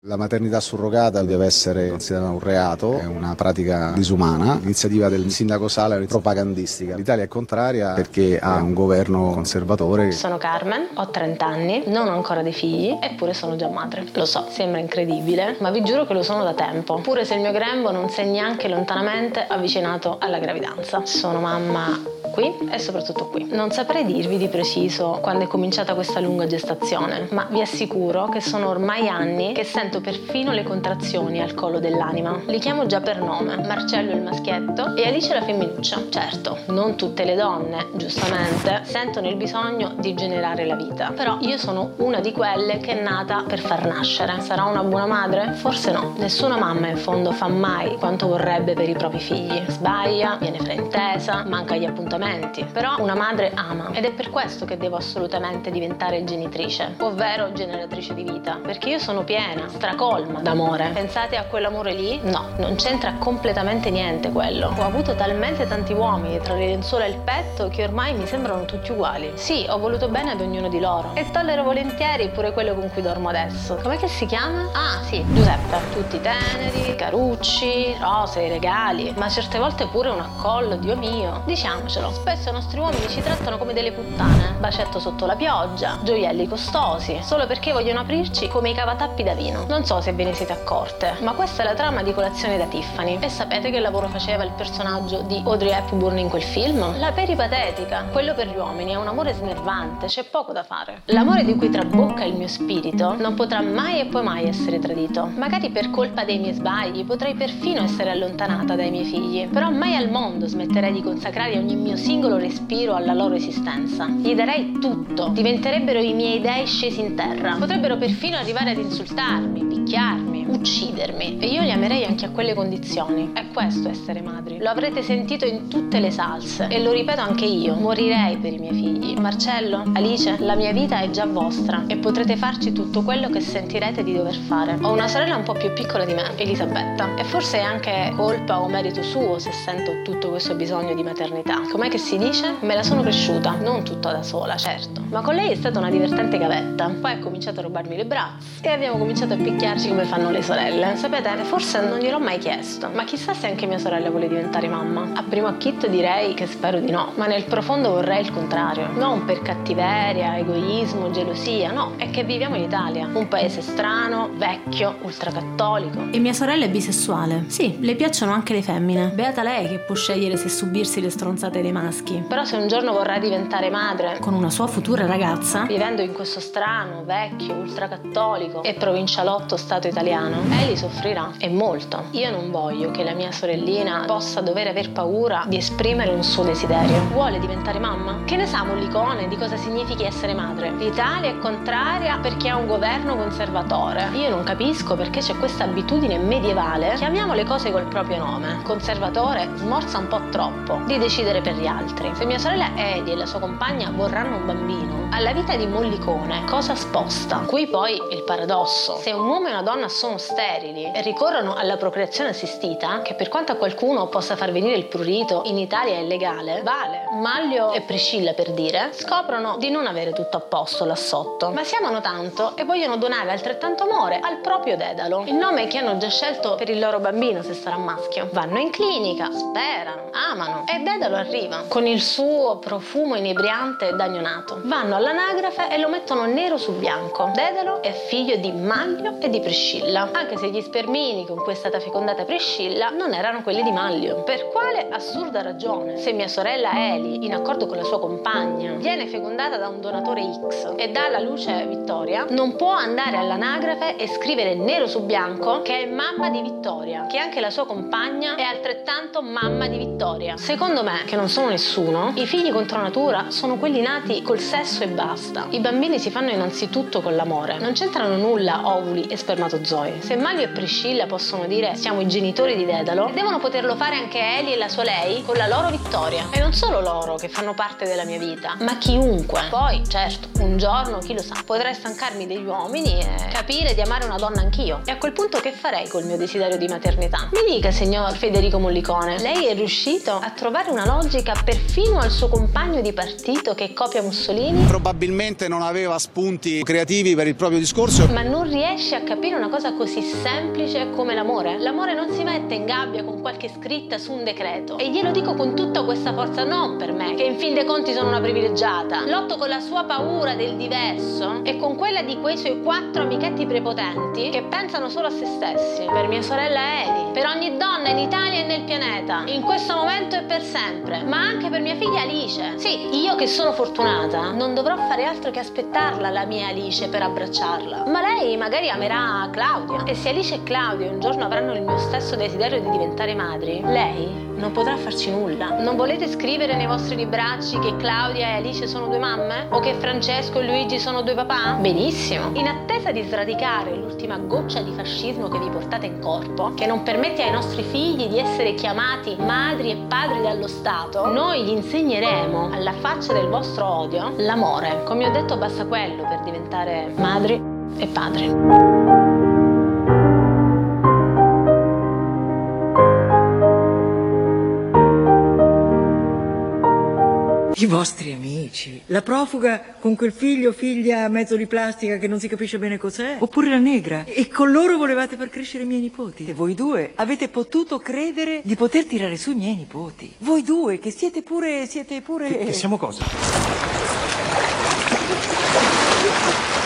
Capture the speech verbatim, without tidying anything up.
La maternità surrogata deve essere considerata un reato, è una pratica disumana. L'iniziativa del sindaco Sala è propagandistica. L'Italia è contraria perché ha un governo conservatore. Sono Carmen, ho trenta anni, non ho ancora dei figli, eppure sono già madre. Lo so, sembra incredibile, ma vi giuro che lo sono da tempo. Pure se il mio grembo non si è neanche lontanamente avvicinato alla gravidanza. Sono mamma qui e soprattutto qui. Non saprei dirvi di preciso quando è cominciata questa lunga gestazione, ma vi assicuro che sono ormai anni che sento perfino le contrazioni al collo dell'anima. Li chiamo già per nome: Marcello il maschietto e Alice la femminuccia. Certo, non tutte le donne, giustamente, sentono il bisogno di generare la vita, però io sono una di quelle che è nata per far nascere. Sarà una buona madre? Forse no. Nessuna mamma in fondo fa mai quanto vorrebbe per i propri figli. Sbaglia, viene fraintesa, manca gli appuntamenti. Però una madre ama, ed è per questo che devo assolutamente diventare genitrice, ovvero generatrice di vita, perché io sono piena, stracolma d'amore. Pensate a quell'amore lì? No, non c'entra completamente niente quello. Ho avuto talmente tanti uomini tra le lenzuola e il petto che ormai mi sembrano tutti uguali. Sì, ho voluto bene ad ognuno di loro e tollero volentieri pure quello con cui dormo adesso. Com'è che si chiama? Ah sì, Giuseppe. Tutti teneri, carucci, rose, regali, ma certe volte pure un accollo, Dio mio. Diciamocelo, spesso i nostri uomini ci trattano come delle puttane. Bacetto sotto la pioggia, gioielli costosi, solo perché vogliono aprirci come i cavatappi da vino. Non so se ve ne siete accorte, ma questa è la trama di Colazione da Tiffany. E sapete che lavoro faceva il personaggio di Audrey Hepburn in quel film? La peripatetica. Quello per gli uomini è un amore snervante, c'è poco da fare. L'amore di cui trabocca il mio spirito non potrà mai e poi mai essere tradito. Magari per colpa dei miei sbagli potrei perfino essere allontanata dai miei figli, però mai al mondo smetterei di consacrare ogni mio singolo respiro alla loro esistenza. Gli darei tutto, diventerebbero i miei dei scesi in terra. Potrebbero perfino arrivare ad insultarmi, picchiarmi, uccidermi, e io li amerei anche a quelle condizioni. È questo essere madri. Lo avrete sentito in tutte le salse e lo ripeto anche io: morirei per i miei figli. Marcello, Alice, la mia vita è già vostra e potrete farci tutto quello che sentirete di dover fare. Ho una sorella un po' più piccola di me, Elisabetta, e forse è anche colpa o merito suo se sento tutto questo bisogno di maternità. Com'è che si dice? Me la sono cresciuta, non tutta da sola, certo, ma con lei è stata una divertente gavetta. Poi ha cominciato a rubarmi le braccia e abbiamo cominciato a picchiarci come fanno le sorelle. Sapete, forse non gliel'ho mai chiesto, ma chissà se anche mia sorella vuole diventare mamma. A primo acchitto direi che spero di no, ma nel profondo vorrei il contrario. Non per cattiveria, egoismo, gelosia, no, è che viviamo in Italia, un paese strano, vecchio, ultracattolico. E mia sorella è bisessuale. Sì, le piacciono anche le femmine. Beata lei che può scegliere se subirsi le stronzate dei maschi. Però se un giorno vorrà diventare madre, con una sua futura ragazza, vivendo in questo strano, vecchio, ultracattolico e provincialotto stato italiano, Eli soffrirà, e molto. Io non voglio che la mia sorellina possa dover aver paura di esprimere un suo desiderio. Vuole diventare mamma? Che ne sa Mollicone di cosa significhi essere madre? L'Italia è contraria perché ha un governo conservatore. Io non capisco perché c'è questa abitudine medievale, chiamiamo le cose col proprio nome. Conservatore smorza un po' troppo, di decidere per gli altri. Se mia sorella Eli e la sua compagna vorranno un bambino, alla vita di Mollicone cosa sposta? Qui poi il paradosso: se un uomo e una donna sono sterili e ricorrono alla procreazione assistita, che per quanto a qualcuno possa far venire il prurito, in Italia è legale, vale. Maglio e Priscilla, per dire, scoprono di non avere tutto a posto là sotto, ma si amano tanto e vogliono donare altrettanto amore al proprio Dedalo, il nome che hanno già scelto per il loro bambino se sarà maschio. Vanno in clinica, sperano, amano, e Dedalo arriva con il suo profumo inebriante da neonato. Vanno all'anagrafe e lo mettono nero su bianco. Dedalo è figlio di Maglio e di Priscilla, anche se gli spermini con cui è stata fecondata Priscilla non erano quelli di Maglio. Per quale assurda ragione, se mia sorella Eli, in accordo con la sua compagna, viene fecondata da un donatore X e dà alla luce Vittoria, non può andare all'anagrafe e scrivere nero su bianco che è mamma di Vittoria, che anche la sua compagna è altrettanto mamma di Vittoria? Secondo me, che non sono nessuno, i figli contro natura sono quelli nati col sesso e basta. I bambini si fanno innanzitutto con l'amore. Non c'entrano nulla ovuli e spermatozoi. Se Maglio e Priscilla possono dire siamo i genitori di Dedalo, devono poterlo fare anche Eli e la sua lei con la loro Vittoria. E non solo loro che fanno parte della mia vita, ma chiunque. Poi, certo, un giorno, chi lo sa, potrei stancarmi degli uomini e capire di amare una donna anch'io. E a quel punto che farei col mio desiderio di maternità? Mi dica, signor Federico Mollicone, lei è riuscito a trovare una logica perfino al suo compagno di partito che copia Mussolini? Probabilmente non aveva spunti creativi per il proprio discorso. Ma non riesce a capire una cosa così così semplice come l'amore? L'amore non si mette in gabbia con qualche scritta su un decreto. E glielo dico con tutta questa forza, non per me, che in fin dei conti sono una privilegiata. Lotto con la sua paura del diverso e con quella di quei suoi quattro amichetti prepotenti che pensano solo a se stessi. Per mia sorella Eli, per ogni donna in Italia e nel pianeta, in questo momento e per sempre, ma anche per mia figlia Alice. Sì, io che sono fortunata non dovrò fare altro che aspettarla, la mia Alice, per abbracciarla. Ma lei magari amerà Claudia, e se Alice e Claudia un giorno avranno il mio stesso desiderio di diventare madri, lei non potrà farci nulla. Non volete scrivere nei vostri libracci che Claudia e Alice sono due mamme? O che Francesco e Luigi sono due papà? Benissimo. In attesa di sradicare l'ultima goccia di fascismo che vi portate in corpo, che non permette ai nostri figli di essere chiamati madri e padri dallo Stato, noi gli insegneremo, alla faccia del vostro odio, l'amore. Come ho detto, basta quello per diventare madri e padri. I vostri amici, la profuga con quel figlio o figlia mezzo di plastica che non si capisce bene cos'è, oppure la negra, e con loro volevate far crescere i miei nipoti. E voi due avete potuto credere di poter tirare su i miei nipoti. Voi due che siete pure, siete pure... Che, che siamo cosa?